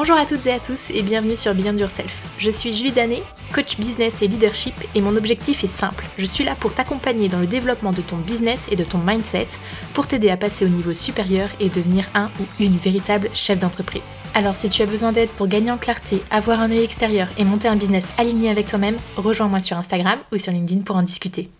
Bonjour à toutes et à tous et bienvenue sur Beyond Yourself. Je suis Julie Danet, coach business et leadership et mon objectif est simple. Je suis là pour t'accompagner dans le développement de ton business et de ton mindset pour t'aider à passer au niveau supérieur et devenir un ou une véritable chef d'entreprise. Alors si tu as besoin d'aide pour gagner en clarté, avoir un œil extérieur et monter un business aligné avec toi-même, rejoins-moi sur Instagram ou sur LinkedIn pour en discuter.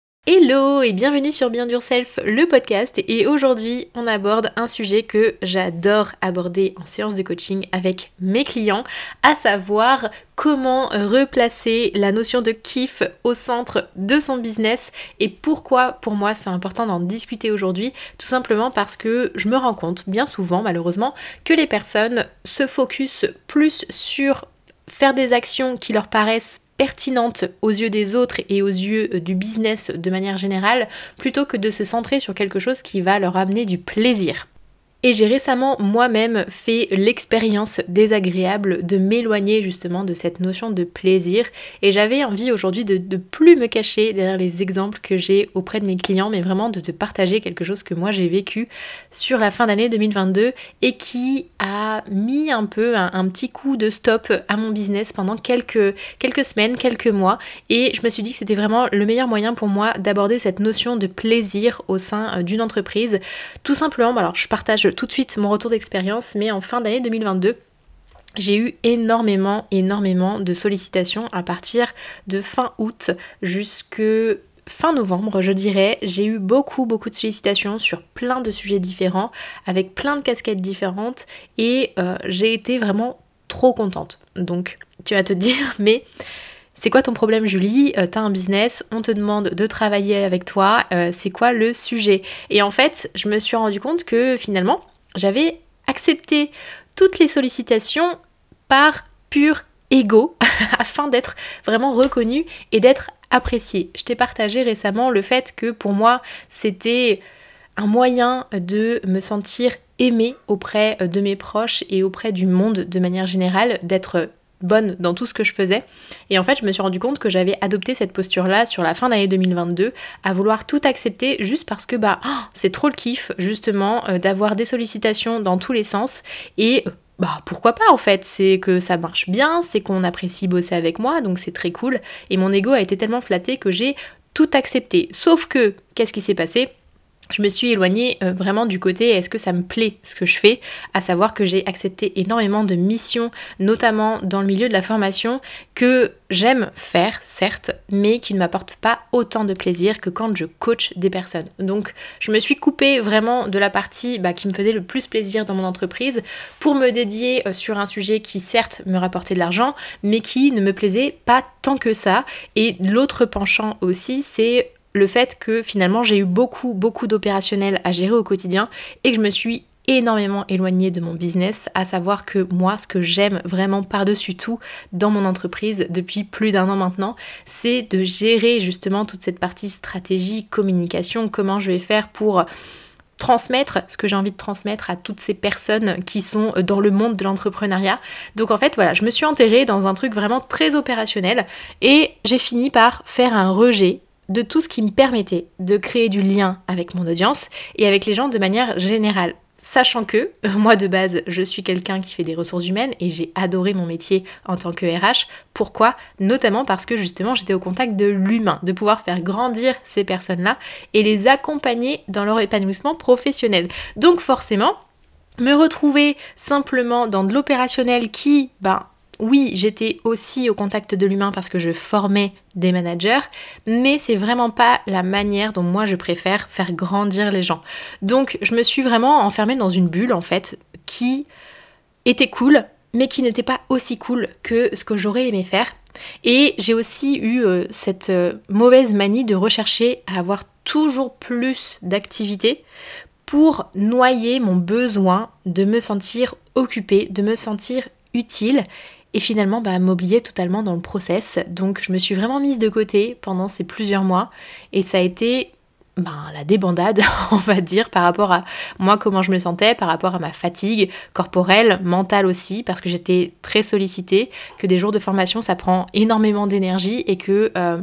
Hello et bienvenue sur Beyond Yourself, le podcast, et aujourd'hui on aborde un sujet que j'adore aborder en séance de coaching avec mes clients, à savoir comment replacer la notion de kiff au centre de son business et pourquoi pour moi c'est important d'en discuter aujourd'hui, tout simplement parce que je me rends compte bien souvent malheureusement que les personnes se focusent plus sur faire des actions qui leur paraissent pertinente aux yeux des autres et aux yeux du business de manière générale, plutôt que de se centrer sur quelque chose qui va leur amener du plaisir. Et j'ai récemment moi-même fait l'expérience désagréable de m'éloigner justement de cette notion de plaisir, et j'avais envie aujourd'hui de plus me cacher derrière les exemples que j'ai auprès de mes clients, mais vraiment de te partager quelque chose que moi j'ai vécu sur la fin d'année 2022 et qui a mis un peu un petit coup de stop à mon business pendant quelques semaines, quelques mois, et je me suis dit que c'était vraiment le meilleur moyen pour moi d'aborder cette notion de plaisir au sein d'une entreprise. Tout simplement, alors je partage tout de suite mon retour d'expérience, mais en fin d'année 2022, j'ai eu énormément de sollicitations à partir de fin août jusque fin novembre, je dirais. J'ai eu beaucoup de sollicitations sur plein de sujets différents, avec plein de casquettes différentes, et j'ai été vraiment trop contente. Donc tu vas te dire, mais c'est quoi ton problème, Julie ? T'as un business, on te demande de travailler avec toi, c'est quoi le sujet ? Et en fait, je me suis rendu compte que finalement, j'avais accepté toutes les sollicitations par pur ego, afin d'être vraiment reconnue et d'être appréciée. Je t'ai partagé récemment le fait que pour moi, c'était un moyen de me sentir aimée auprès de mes proches et auprès du monde de manière générale, d'être bonne dans tout ce que je faisais. Et en fait, je me suis rendu compte que j'avais adopté cette posture-là sur la fin d'année 2022, à vouloir tout accepter juste parce que c'est trop le kiff, justement, d'avoir des sollicitations dans tous les sens. Et pourquoi pas en fait, c'est que ça marche bien, c'est qu'on apprécie bosser avec moi, donc c'est très cool. Et mon ego a été tellement flatté que j'ai tout accepté. Sauf que, qu'est-ce qui s'est passé ? Je me suis éloignée vraiment du côté est-ce que ça me plaît ce que je fais, à savoir que j'ai accepté énormément de missions, notamment dans le milieu de la formation, que j'aime faire certes, mais qui ne m'apportent pas autant de plaisir que quand je coach des personnes. Donc je me suis coupée vraiment de la partie qui me faisait le plus plaisir dans mon entreprise pour me dédier sur un sujet qui certes me rapportait de l'argent, mais qui ne me plaisait pas tant que ça. Et l'autre penchant aussi, c'est le fait que finalement j'ai eu beaucoup d'opérationnels à gérer au quotidien et que je me suis énormément éloignée de mon business, à savoir que moi, ce que j'aime vraiment par-dessus tout dans mon entreprise depuis plus d'1 an maintenant, c'est de gérer justement toute cette partie stratégie, communication, comment je vais faire pour transmettre ce que j'ai envie de transmettre à toutes ces personnes qui sont dans le monde de l'entrepreneuriat. Donc en fait, voilà, je me suis enterrée dans un truc vraiment très opérationnel et j'ai fini par faire un rejet de tout ce qui me permettait de créer du lien avec mon audience et avec les gens de manière générale. Sachant que, moi de base, je suis quelqu'un qui fait des ressources humaines et j'ai adoré mon métier en tant que RH. Pourquoi ? Notamment parce que justement j'étais au contact de l'humain, de pouvoir faire grandir ces personnes-là et les accompagner dans leur épanouissement professionnel. Donc forcément, me retrouver simplement dans de l'opérationnel qui, oui, j'étais aussi au contact de l'humain parce que je formais des managers, mais c'est vraiment pas la manière dont moi je préfère faire grandir les gens. Donc je me suis vraiment enfermée dans une bulle en fait qui était cool, mais qui n'était pas aussi cool que ce que j'aurais aimé faire. Et j'ai aussi eu cette mauvaise manie de rechercher à avoir toujours plus d'activités pour noyer mon besoin de me sentir occupée, de me sentir utile. Et finalement, m'oublier totalement dans le process. Donc je me suis vraiment mise de côté pendant ces plusieurs mois. Et ça a été la débandade, on va dire, par rapport à moi, comment je me sentais, par rapport à ma fatigue corporelle, mentale aussi, parce que j'étais très sollicitée, que des jours de formation, ça prend énormément d'énergie et que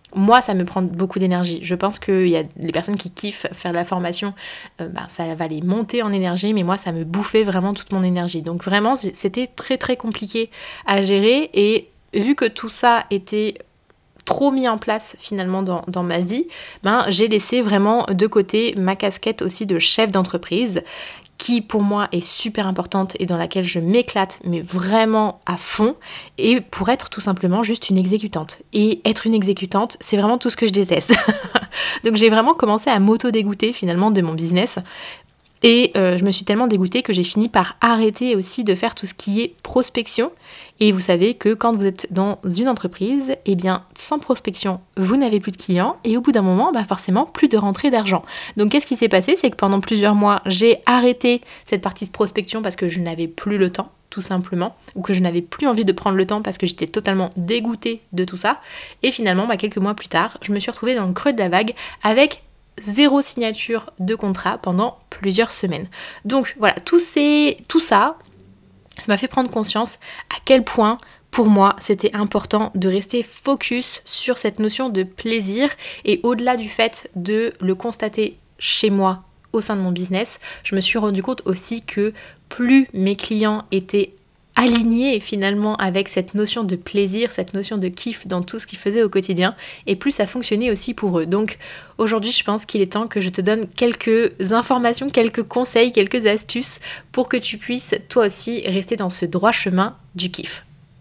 Moi, ça me prend beaucoup d'énergie. Je pense qu'il y a les personnes qui kiffent faire de la formation, ça va les monter en énergie, mais moi, ça me bouffait vraiment toute mon énergie. Donc vraiment, c'était très très compliqué à gérer, et vu que tout ça était trop mis en place finalement dans ma vie, j'ai laissé vraiment de côté ma casquette aussi de chef d'entreprise, qui pour moi est super importante et dans laquelle je m'éclate, mais vraiment à fond, et pour être tout simplement juste une exécutante. Et être une exécutante, c'est vraiment tout ce que je déteste. Donc j'ai vraiment commencé à m'auto-dégoûter finalement de mon business. Et je me suis tellement dégoûtée que j'ai fini par arrêter aussi de faire tout ce qui est prospection. Et vous savez que quand vous êtes dans une entreprise, eh bien sans prospection, vous n'avez plus de clients, et au bout d'un moment, forcément plus de rentrée d'argent. Donc qu'est-ce qui s'est passé? C'est que pendant plusieurs mois, j'ai arrêté cette partie de prospection parce que je n'avais plus le temps, tout simplement, ou que je n'avais plus envie de prendre le temps parce que j'étais totalement dégoûtée de tout ça. Et finalement, quelques mois plus tard, je me suis retrouvée dans le creux de la vague avec 0 signature de contrat pendant plusieurs semaines. Donc voilà, tout ça m'a fait prendre conscience à quel point pour moi c'était important de rester focus sur cette notion de plaisir, et au-delà du fait de le constater chez moi au sein de mon business, je me suis rendu compte aussi que plus mes clients étaient alignés finalement avec cette notion de plaisir, cette notion de kiff dans tout ce qu'ils faisaient au quotidien, et plus ça fonctionnait aussi pour eux. Donc aujourd'hui, je pense qu'il est temps que je te donne quelques informations, quelques conseils, quelques astuces pour que tu puisses toi aussi rester dans ce droit chemin du kiff.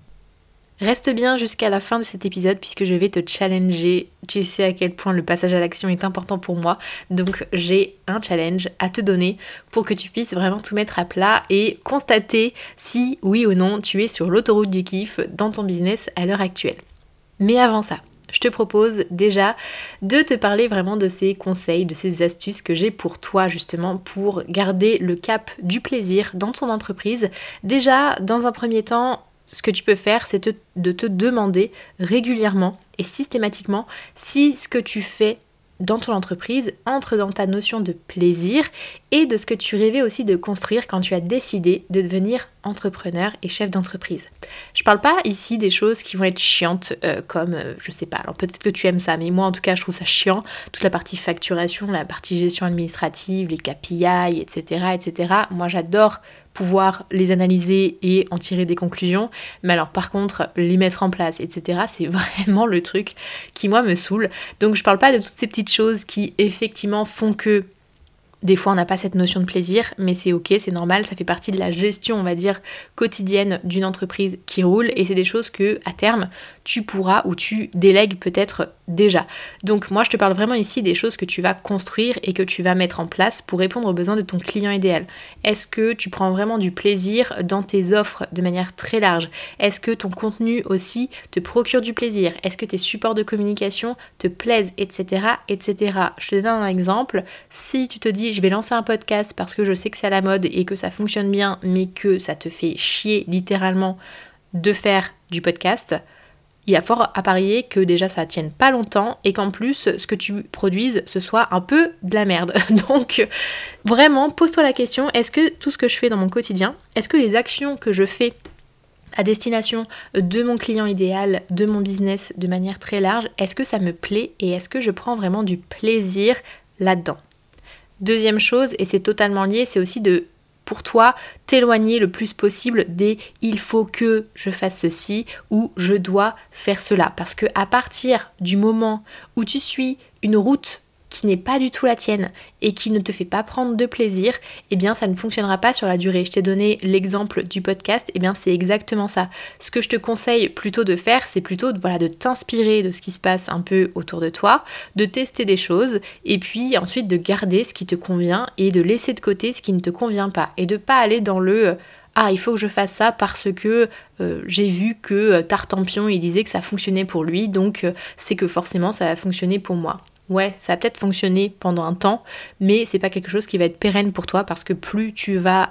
Reste bien jusqu'à la fin de cet épisode puisque je vais te challenger. Tu sais à quel point le passage à l'action est important pour moi. Donc j'ai un challenge à te donner pour que tu puisses vraiment tout mettre à plat et constater si oui ou non tu es sur l'autoroute du kiff dans ton business à l'heure actuelle. Mais avant ça, je te propose déjà de te parler vraiment de ces conseils, de ces astuces que j'ai pour toi justement pour garder le cap du plaisir dans ton entreprise. Déjà, dans un premier temps, ce que tu peux faire, c'est de te demander régulièrement et systématiquement si ce que tu fais dans ton entreprise entre dans ta notion de plaisir et de ce que tu rêvais aussi de construire quand tu as décidé de devenir entrepreneur et chef d'entreprise. Je parle pas ici des choses qui vont être chiantes je sais pas, alors peut-être que tu aimes ça, mais moi en tout cas je trouve ça chiant, toute la partie facturation, la partie gestion administrative, les KPI, etc. Moi j'adore pouvoir les analyser et en tirer des conclusions, mais alors par contre les mettre en place, etc. c'est vraiment le truc qui moi me saoule. Donc je parle pas de toutes ces petites choses qui effectivement font que des fois, on n'a pas cette notion de plaisir, mais c'est ok, c'est normal, ça fait partie de la gestion, on va dire, quotidienne d'une entreprise qui roule, et c'est des choses que, à terme, tu pourras ou tu délègues peut-être déjà. Donc moi, je te parle vraiment ici des choses que tu vas construire et que tu vas mettre en place pour répondre aux besoins de ton client idéal. Est-ce que tu prends vraiment du plaisir dans tes offres de manière très large? Est-ce que ton contenu aussi te procure du plaisir? Est-ce que tes supports de communication te plaisent, etc. Je te donne un exemple. Si tu te dis je vais lancer un podcast parce que je sais que c'est à la mode et que ça fonctionne bien, mais que ça te fait chier littéralement de faire du podcast, il y a fort à parier que déjà ça tienne pas longtemps et qu'en plus ce que tu produises ce soit un peu de la merde. Donc vraiment pose-toi la question, est-ce que tout ce que je fais dans mon quotidien, est-ce que les actions que je fais à destination de mon client idéal, de mon business de manière très large, est-ce que ça me plaît et est-ce que je prends vraiment du plaisir là-dedans? Deuxième chose, et c'est totalement lié, c'est aussi de, pour toi, t'éloigner le plus possible des « il faut que je fasse ceci » ou « je dois faire cela ». Parce que à partir du moment où tu suis une route qui n'est pas du tout la tienne et qui ne te fait pas prendre de plaisir, eh bien ça ne fonctionnera pas sur la durée. Je t'ai donné l'exemple du podcast, eh bien c'est exactement ça. Ce que je te conseille plutôt de faire, c'est plutôt de t'inspirer de ce qui se passe un peu autour de toi, de tester des choses et puis ensuite de garder ce qui te convient et de laisser de côté ce qui ne te convient pas et de pas aller dans le il faut que je fasse ça parce que j'ai vu que Tartampion il disait que ça fonctionnait pour lui, donc c'est que forcément ça va fonctionner pour moi. Ouais, ça a peut-être fonctionné pendant un temps, mais c'est pas quelque chose qui va être pérenne pour toi parce que plus tu vas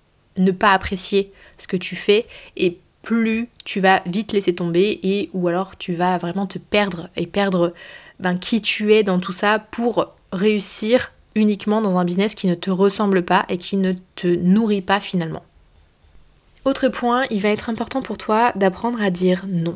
ne pas apprécier ce que tu fais et plus tu vas vite laisser tomber et ou alors tu vas vraiment te perdre et perdre qui tu es dans tout ça pour réussir uniquement dans un business qui ne te ressemble pas et qui ne te nourrit pas finalement. Autre point, il va être important pour toi d'apprendre à dire non.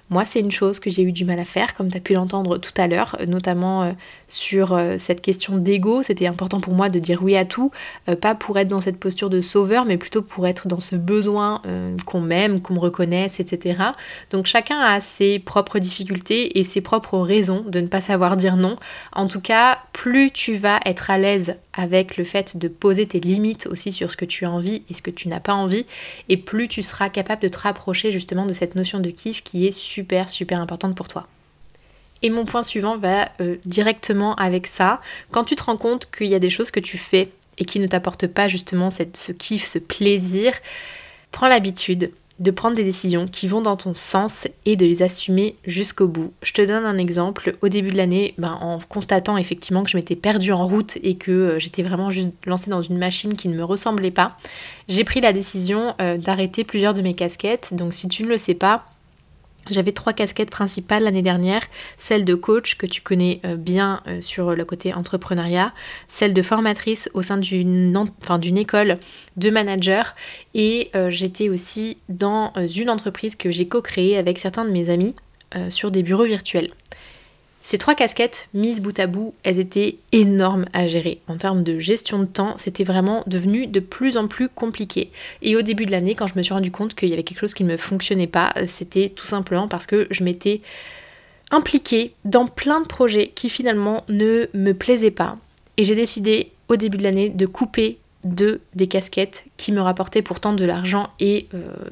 Moi, c'est une chose que j'ai eu du mal à faire, comme tu as pu l'entendre tout à l'heure, notamment sur cette question d'ego. C'était important pour moi de dire oui à tout, pas pour être dans cette posture de sauveur, mais plutôt pour être dans ce besoin qu'on m'aime, qu'on me reconnaisse, etc. Donc chacun a ses propres difficultés et ses propres raisons de ne pas savoir dire non. En tout cas, plus tu vas être à l'aise avec le fait de poser tes limites aussi sur ce que tu as envie et ce que tu n'as pas envie, et plus tu seras capable de te rapprocher justement de cette notion de kiff qui est super importante pour toi. Et mon point suivant va directement avec ça. Quand tu te rends compte qu'il y a des choses que tu fais et qui ne t'apportent pas justement ce kiff, ce plaisir, prends l'habitude de prendre des décisions qui vont dans ton sens et de les assumer jusqu'au bout. Je te donne un exemple. Au début de l'année, en constatant effectivement que je m'étais perdue en route et que j'étais vraiment juste lancée dans une machine qui ne me ressemblait pas, j'ai pris la décision d'arrêter plusieurs de mes casquettes. Donc si tu ne le sais pas, j'avais 3 casquettes principales l'année dernière, celle de coach que tu connais bien sur le côté entrepreneuriat, celle de formatrice au sein d'une école de manager, et j'étais aussi dans une entreprise que j'ai co-créée avec certains de mes amis sur des bureaux virtuels. Ces 3 casquettes, mises bout à bout, elles étaient énormes à gérer. En termes de gestion de temps, c'était vraiment devenu de plus en plus compliqué. Et au début de l'année, quand je me suis rendu compte qu'il y avait quelque chose qui ne me fonctionnait pas, c'était tout simplement parce que je m'étais impliquée dans plein de projets qui finalement ne me plaisaient pas. Et j'ai décidé au début de l'année de couper des casquettes qui me rapportaient pourtant de l'argent et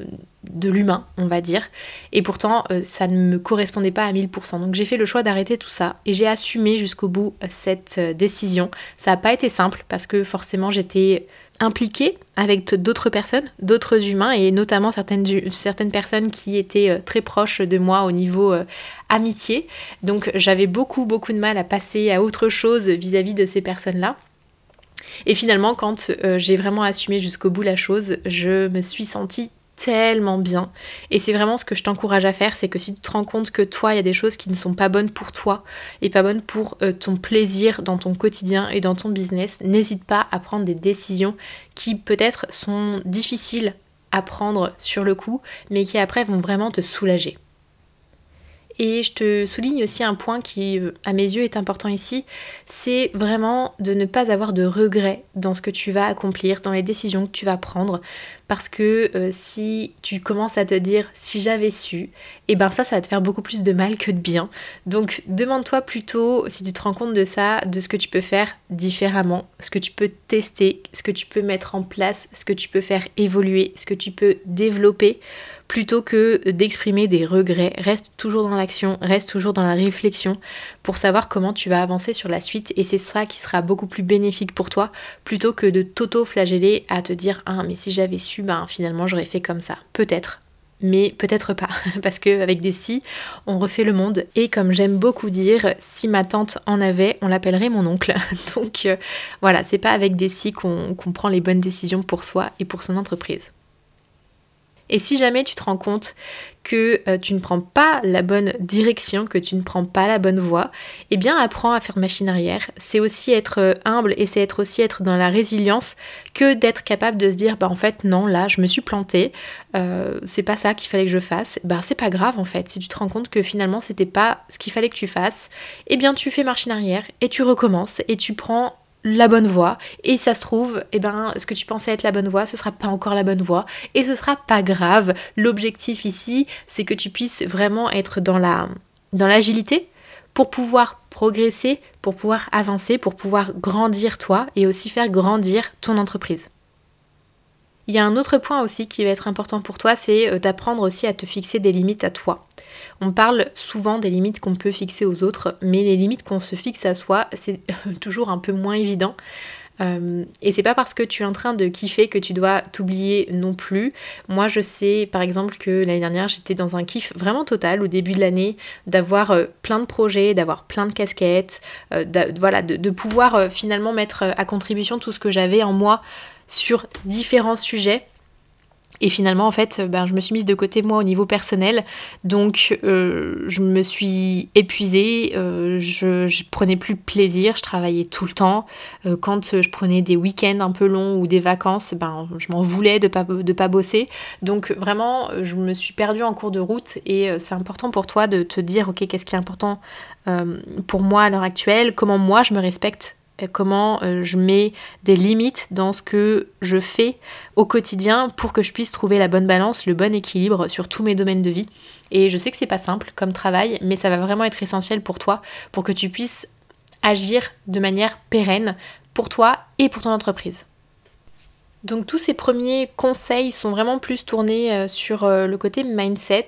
de l'humain, on va dire. Et pourtant, ça ne me correspondait pas à 1000%. Donc j'ai fait le choix d'arrêter tout ça et j'ai assumé jusqu'au bout cette décision. Ça n'a pas été simple parce que forcément j'étais impliquée avec d'autres personnes, d'autres humains, et notamment certaines personnes qui étaient très proches de moi au niveau amitié. Donc j'avais beaucoup de mal à passer à autre chose vis-à-vis de ces personnes-là. Et finalement, quand j'ai vraiment assumé jusqu'au bout la chose, je me suis sentie tellement bien. Et c'est vraiment ce que je t'encourage à faire, c'est que si tu te rends compte que toi, il y a des choses qui ne sont pas bonnes pour toi et pas bonnes pour ton plaisir dans ton quotidien et dans ton business, n'hésite pas à prendre des décisions qui peut-être sont difficiles à prendre sur le coup, mais qui après vont vraiment te soulager. Et je te souligne aussi un point qui, à mes yeux, est important ici, c'est vraiment de ne pas avoir de regrets dans ce que tu vas accomplir, dans les décisions que tu vas prendre, parce que si tu commences à te dire « si j'avais su », et ben ça va te faire beaucoup plus de mal que de bien. Donc demande-toi plutôt, si tu te rends compte de ça, de ce que tu peux faire différemment, ce que tu peux tester, ce que tu peux mettre en place, ce que tu peux faire évoluer, ce que tu peux développer, plutôt que d'exprimer des regrets. Reste toujours dans l'action, reste toujours dans la réflexion pour savoir comment tu vas avancer sur la suite, et c'est ça qui sera beaucoup plus bénéfique pour toi, plutôt que de t'auto-flageller à te dire « ah mais si j'avais su, finalement j'aurais fait comme ça ». Peut-être, mais peut-être pas, parce qu'avec des si, on refait le monde, et comme j'aime beaucoup dire, si ma tante en avait, on l'appellerait mon oncle. Donc voilà, c'est pas avec des si qu'on prend les bonnes décisions pour soi et pour son entreprise. Et si jamais tu te rends compte que tu ne prends pas la bonne direction, que tu ne prends pas la bonne voie, eh bien apprends à faire machine arrière. C'est aussi être humble, et c'est aussi être dans la résilience que d'être capable de se dire en fait non, là je me suis plantée, c'est pas ça qu'il fallait que je fasse. C'est pas grave en fait, si tu te rends compte que finalement c'était pas ce qu'il fallait que tu fasses, eh bien tu fais machine arrière et tu recommences et tu prends la bonne voie, et ça se trouve, ce que tu pensais être la bonne voie, ce sera pas encore la bonne voie, et ce sera pas grave. L'objectif ici, c'est que tu puisses vraiment être dans l'agilité pour pouvoir progresser, pour pouvoir avancer, pour pouvoir grandir toi, et aussi faire grandir ton entreprise. Il y a un autre point aussi qui va être important pour toi, c'est d'apprendre aussi à te fixer des limites à toi. On parle souvent des limites qu'on peut fixer aux autres, mais les limites qu'on se fixe à soi, c'est toujours un peu moins évident. Et c'est pas parce que tu es en train de kiffer que tu dois t'oublier non plus. Moi je sais par exemple que l'année dernière j'étais dans un kiff vraiment total au début de l'année, d'avoir plein de projets, d'avoir plein de casquettes, de pouvoir finalement mettre à contribution tout ce que j'avais en moi sur différents sujets. Et finalement, en fait, je me suis mise de côté, moi, au niveau personnel. Donc, je me suis épuisée, je prenais plus plaisir, je travaillais tout le temps. Quand je prenais des week-ends un peu longs ou des vacances, je m'en voulais de pas bosser. Donc, vraiment, je me suis perdue en cours de route. Et c'est important pour toi de te dire, ok, qu'est-ce qui est important pour moi à l'heure actuelle, comment moi je me respecte, comment je mets des limites dans ce que je fais au quotidien pour que je puisse trouver la bonne balance, le bon équilibre sur tous mes domaines de vie. Et je sais que c'est pas simple comme travail, mais ça va vraiment être essentiel pour toi, pour que tu puisses agir de manière pérenne pour toi et pour ton entreprise. Donc tous ces premiers conseils sont vraiment plus tournés sur le côté mindset.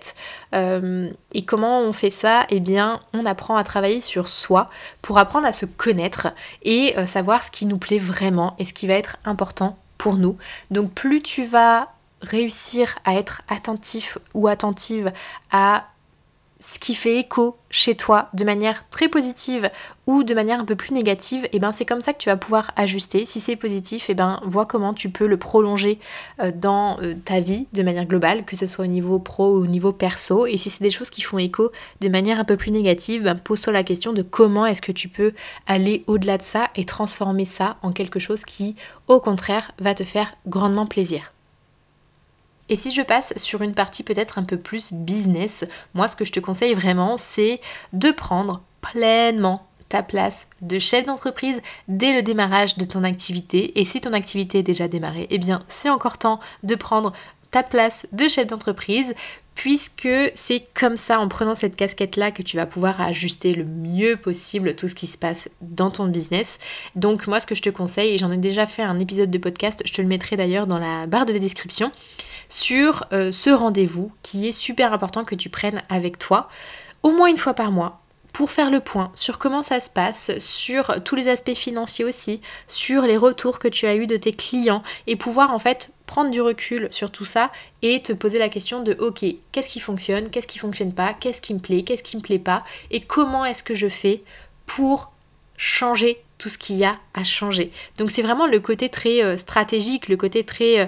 Et comment on fait ça ? Eh bien, on apprend à travailler sur soi pour apprendre à se connaître et savoir ce qui nous plaît vraiment et ce qui va être important pour nous. Donc plus tu vas réussir à être attentif ou attentive à ce qui fait écho chez toi de manière très positive ou de manière un peu plus négative, et c'est comme ça que tu vas pouvoir ajuster. Si c'est positif, vois comment tu peux le prolonger dans ta vie de manière globale, que ce soit au niveau pro ou au niveau perso. Et si c'est des choses qui font écho de manière un peu plus négative, pose-toi la question de comment est-ce que tu peux aller au-delà de ça et transformer ça en quelque chose qui, au contraire, va te faire grandement plaisir. Et si je passe sur une partie peut-être un peu plus business, moi ce que je te conseille vraiment, c'est de prendre pleinement ta place de chef d'entreprise dès le démarrage de ton activité. Et si ton activité est déjà démarrée, c'est encore temps de prendre ta place de chef d'entreprise, puisque c'est comme ça, en prenant cette casquette-là, que tu vas pouvoir ajuster le mieux possible tout ce qui se passe dans ton business. Donc moi, ce que je te conseille, et j'en ai déjà fait un épisode de podcast, je te le mettrai d'ailleurs dans la barre de la description, sur ce rendez-vous qui est super important que tu prennes avec toi, au moins une fois par mois, pour faire le point sur comment ça se passe, sur tous les aspects financiers aussi, sur les retours que tu as eus de tes clients et pouvoir en fait prendre du recul sur tout ça et te poser la question de ok, qu'est-ce qui fonctionne pas, qu'est-ce qui me plaît pas et comment est-ce que je fais pour changer tout ce qu'il y a à changer. Donc c'est vraiment le côté très stratégique, le côté très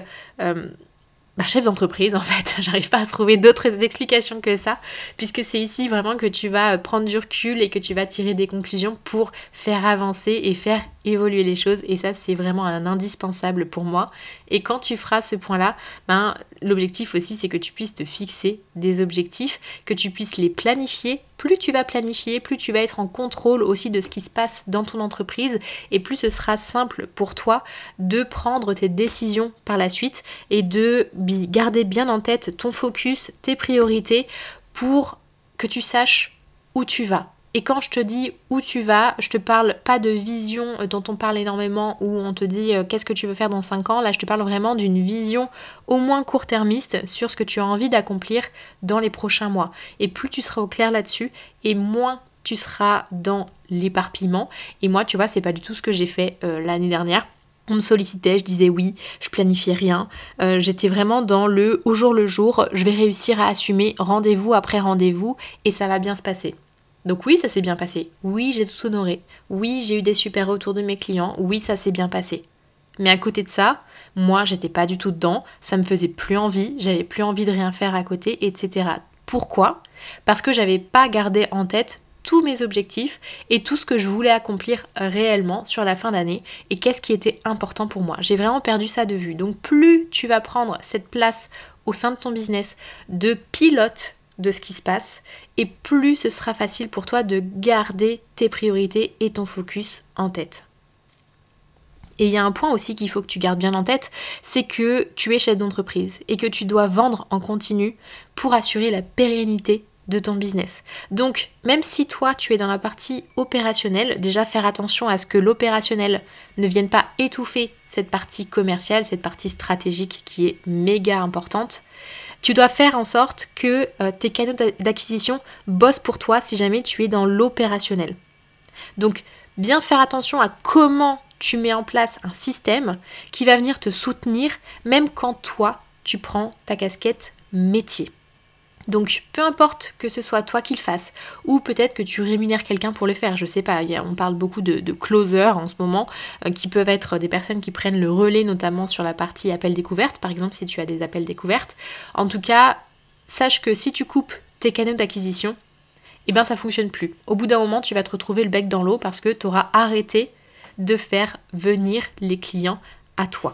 chef d'entreprise en fait, j'arrive pas à trouver d'autres explications que ça, puisque c'est ici vraiment que tu vas prendre du recul et que tu vas tirer des conclusions pour faire avancer et faire évoluer les choses, et ça c'est vraiment un indispensable pour moi. Et quand tu feras ce point-là, l'objectif aussi c'est que tu puisses te fixer des objectifs, que tu puisses les planifier. Plus tu vas planifier, plus tu vas être en contrôle aussi de ce qui se passe dans ton entreprise et plus ce sera simple pour toi de prendre tes décisions par la suite et de garder bien en tête ton focus, tes priorités pour que tu saches où tu vas. Et quand je te dis où tu vas, je te parle pas de vision dont on parle énormément où on te dit qu'est-ce que tu veux faire dans 5 ans. Là, je te parle vraiment d'une vision au moins court-termiste sur ce que tu as envie d'accomplir dans les prochains mois. Et plus tu seras au clair là-dessus, et moins tu seras dans l'éparpillement. Et moi, tu vois, c'est pas du tout ce que j'ai fait l'année dernière. On me sollicitait, je disais oui, je planifiais rien. J'étais vraiment dans le au jour le jour, je vais réussir à assumer rendez-vous après rendez-vous et ça va bien se passer. Donc oui, ça s'est bien passé. Oui, j'ai tout honoré. Oui, j'ai eu des super retours de mes clients. Oui, ça s'est bien passé. Mais à côté de ça, moi, j'étais pas du tout dedans. Ça me faisait plus envie. J'avais plus envie de rien faire à côté, etc. Pourquoi ? Parce que j'avais pas gardé en tête tous mes objectifs et tout ce que je voulais accomplir réellement sur la fin d'année et qu'est-ce qui était important pour moi. J'ai vraiment perdu ça de vue. Donc plus tu vas prendre cette place au sein de ton business de pilote de ce qui se passe et plus ce sera facile pour toi de garder tes priorités et ton focus en tête. Et il y a un point aussi qu'il faut que tu gardes bien en tête, c'est que tu es chef d'entreprise et que tu dois vendre en continu pour assurer la pérennité de ton business. Donc, même si toi, tu es dans la partie opérationnelle, déjà faire attention à ce que l'opérationnel ne vienne pas étouffer cette partie commerciale, cette partie stratégique qui est méga importante. Tu dois faire en sorte que tes canaux d'acquisition bossent pour toi si jamais tu es dans l'opérationnel. Donc, bien faire attention à comment tu mets en place un système qui va venir te soutenir même quand toi, tu prends ta casquette métier. Donc peu importe que ce soit toi qui le fasses, ou peut-être que tu rémunères quelqu'un pour le faire, je sais pas, on parle beaucoup de closers en ce moment, qui peuvent être des personnes qui prennent le relais notamment sur la partie appel découverte, par exemple si tu as des appels découvertes. En tout cas, sache que si tu coupes tes canaux d'acquisition, eh ben ça fonctionne plus. Au bout d'un moment, tu vas te retrouver le bec dans l'eau parce que tu auras arrêté de faire venir les clients à toi.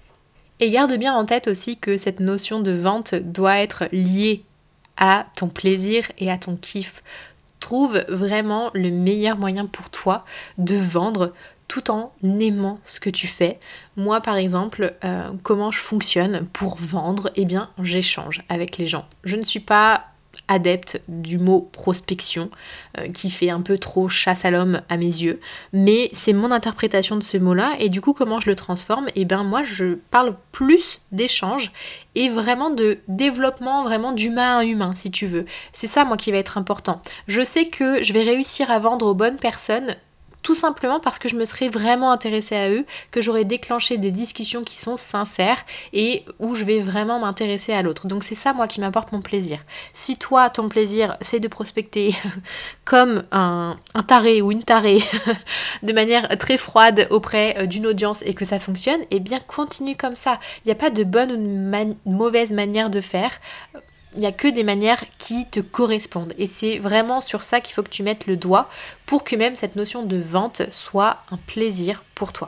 Et garde bien en tête aussi que cette notion de vente doit être liée à ton plaisir et à ton kiff. Trouve vraiment le meilleur moyen pour toi de vendre tout en aimant ce que tu fais. Moi par exemple, comment je fonctionne pour vendre? Eh bien j'échange avec les gens. Je ne suis pas adepte du mot prospection qui fait un peu trop chasse à l'homme à mes yeux, mais c'est mon interprétation de ce mot-là et du coup comment je le transforme? Eh bien moi je parle plus d'échange et vraiment de développement vraiment d'humain à humain si tu veux. C'est ça moi qui va être important. Je sais que je vais réussir à vendre aux bonnes personnes tout simplement parce que je me serais vraiment intéressée à eux, que j'aurais déclenché des discussions qui sont sincères et où je vais vraiment m'intéresser à l'autre. Donc c'est ça moi qui m'apporte mon plaisir. Si toi, ton plaisir, c'est de prospecter comme un taré ou une tarée de manière très froide auprès d'une audience et que ça fonctionne, eh bien continue comme ça. Il n'y a pas de bonne ou de mauvaise manière de faire. Il n'y a que des manières qui te correspondent. Et c'est vraiment sur ça qu'il faut que tu mettes le doigt pour que même cette notion de vente soit un plaisir pour toi.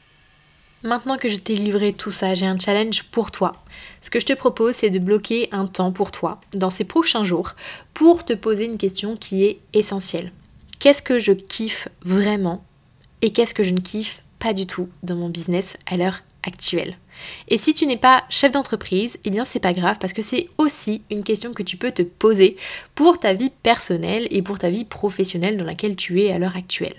Maintenant que je t'ai livré tout ça, j'ai un challenge pour toi. Ce que je te propose, c'est de bloquer un temps pour toi dans ces prochains jours pour te poser une question qui est essentielle. Qu'est-ce que je kiffe vraiment et qu'est-ce que je ne kiffe pas du tout dans mon business à l'heure actuelle? Et si tu n'es pas chef d'entreprise, eh bien c'est pas grave parce que c'est aussi une question que tu peux te poser pour ta vie personnelle et pour ta vie professionnelle dans laquelle tu es à l'heure actuelle.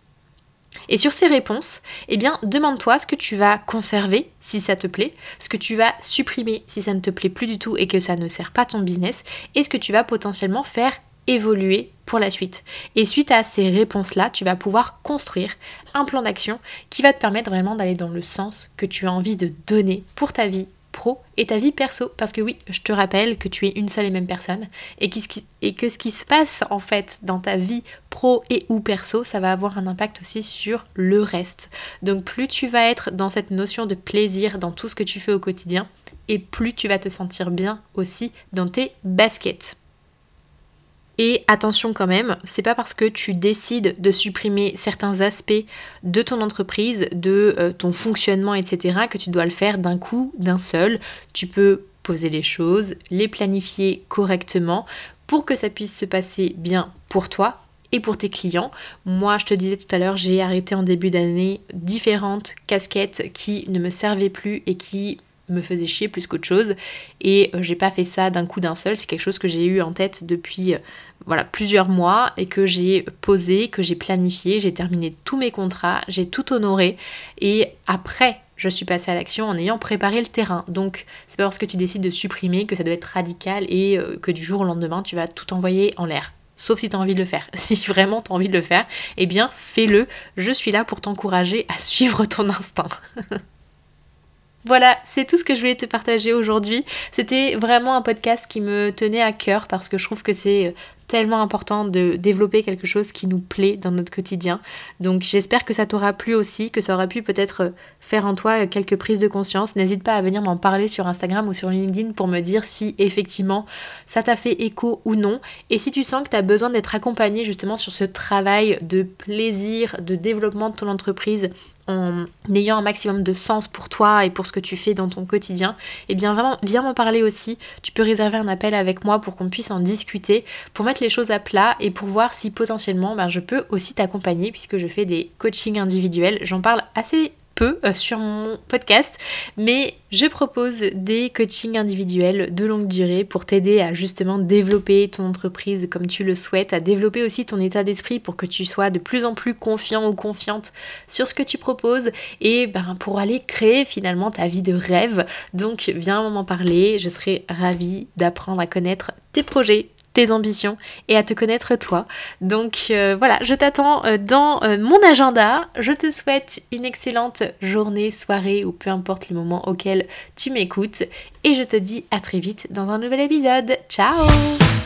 Et sur ces réponses, eh bien demande-toi ce que tu vas conserver si ça te plaît, ce que tu vas supprimer si ça ne te plaît plus du tout et que ça ne sert pas ton business, et ce que tu vas potentiellement faire évoluer pour la suite. Et suite à ces réponses-là, tu vas pouvoir construire un plan d'action qui va te permettre vraiment d'aller dans le sens que tu as envie de donner pour ta vie pro et ta vie perso. Parce que oui, je te rappelle que tu es une seule et même personne et que ce qui se passe en fait dans ta vie pro et ou perso, ça va avoir un impact aussi sur le reste. Donc plus tu vas être dans cette notion de plaisir dans tout ce que tu fais au quotidien et plus tu vas te sentir bien aussi dans tes baskets. Et attention quand même, c'est pas parce que tu décides de supprimer certains aspects de ton entreprise, de ton fonctionnement, etc., que tu dois le faire d'un coup, d'un seul. Tu peux poser les choses, les planifier correctement pour que ça puisse se passer bien pour toi et pour tes clients. Moi, je te disais tout à l'heure, j'ai arrêté en début d'année différentes casquettes qui ne me servaient plus et qui me faisait chier plus qu'autre chose et j'ai pas fait ça d'un coup d'un seul, c'est quelque chose que j'ai eu en tête depuis plusieurs mois et que j'ai posé, que j'ai planifié, j'ai terminé tous mes contrats, j'ai tout honoré et après je suis passée à l'action en ayant préparé le terrain. Donc c'est pas parce que tu décides de supprimer que ça doit être radical et que du jour au lendemain tu vas tout envoyer en l'air. Sauf si tu as envie de le faire. Si vraiment tu as envie de le faire, eh bien fais-le. Je suis là pour t'encourager à suivre ton instinct. Voilà, c'est tout ce que je voulais te partager aujourd'hui. C'était vraiment un podcast qui me tenait à cœur parce que je trouve que c'est tellement important de développer quelque chose qui nous plaît dans notre quotidien. Donc j'espère que ça t'aura plu aussi, que ça aura pu peut-être faire en toi quelques prises de conscience. N'hésite pas à venir m'en parler sur Instagram ou sur LinkedIn pour me dire si effectivement ça t'a fait écho ou non. Et si tu sens que tu as besoin d'être accompagné justement sur ce travail de plaisir, de développement de ton entreprise, en ayant un maximum de sens pour toi et pour ce que tu fais dans ton quotidien, eh bien vraiment viens m'en parler aussi. Tu peux réserver un appel avec moi pour qu'on puisse en discuter, pour mettre les choses à plat et pour voir si potentiellement je peux aussi t'accompagner puisque je fais des coachings individuels. J'en parle assez peu sur mon podcast, mais je propose des coachings individuels de longue durée pour t'aider à justement développer ton entreprise comme tu le souhaites, à développer aussi ton état d'esprit pour que tu sois de plus en plus confiant ou confiante sur ce que tu proposes et pour aller créer finalement ta vie de rêve. Donc viens m'en parler, je serai ravie d'apprendre à connaître tes projets, tes ambitions et à te connaître toi. Donc voilà, je t'attends dans mon agenda. Je te souhaite une excellente journée, soirée ou peu importe le moment auquel tu m'écoutes. Et je te dis à très vite dans un nouvel épisode. Ciao!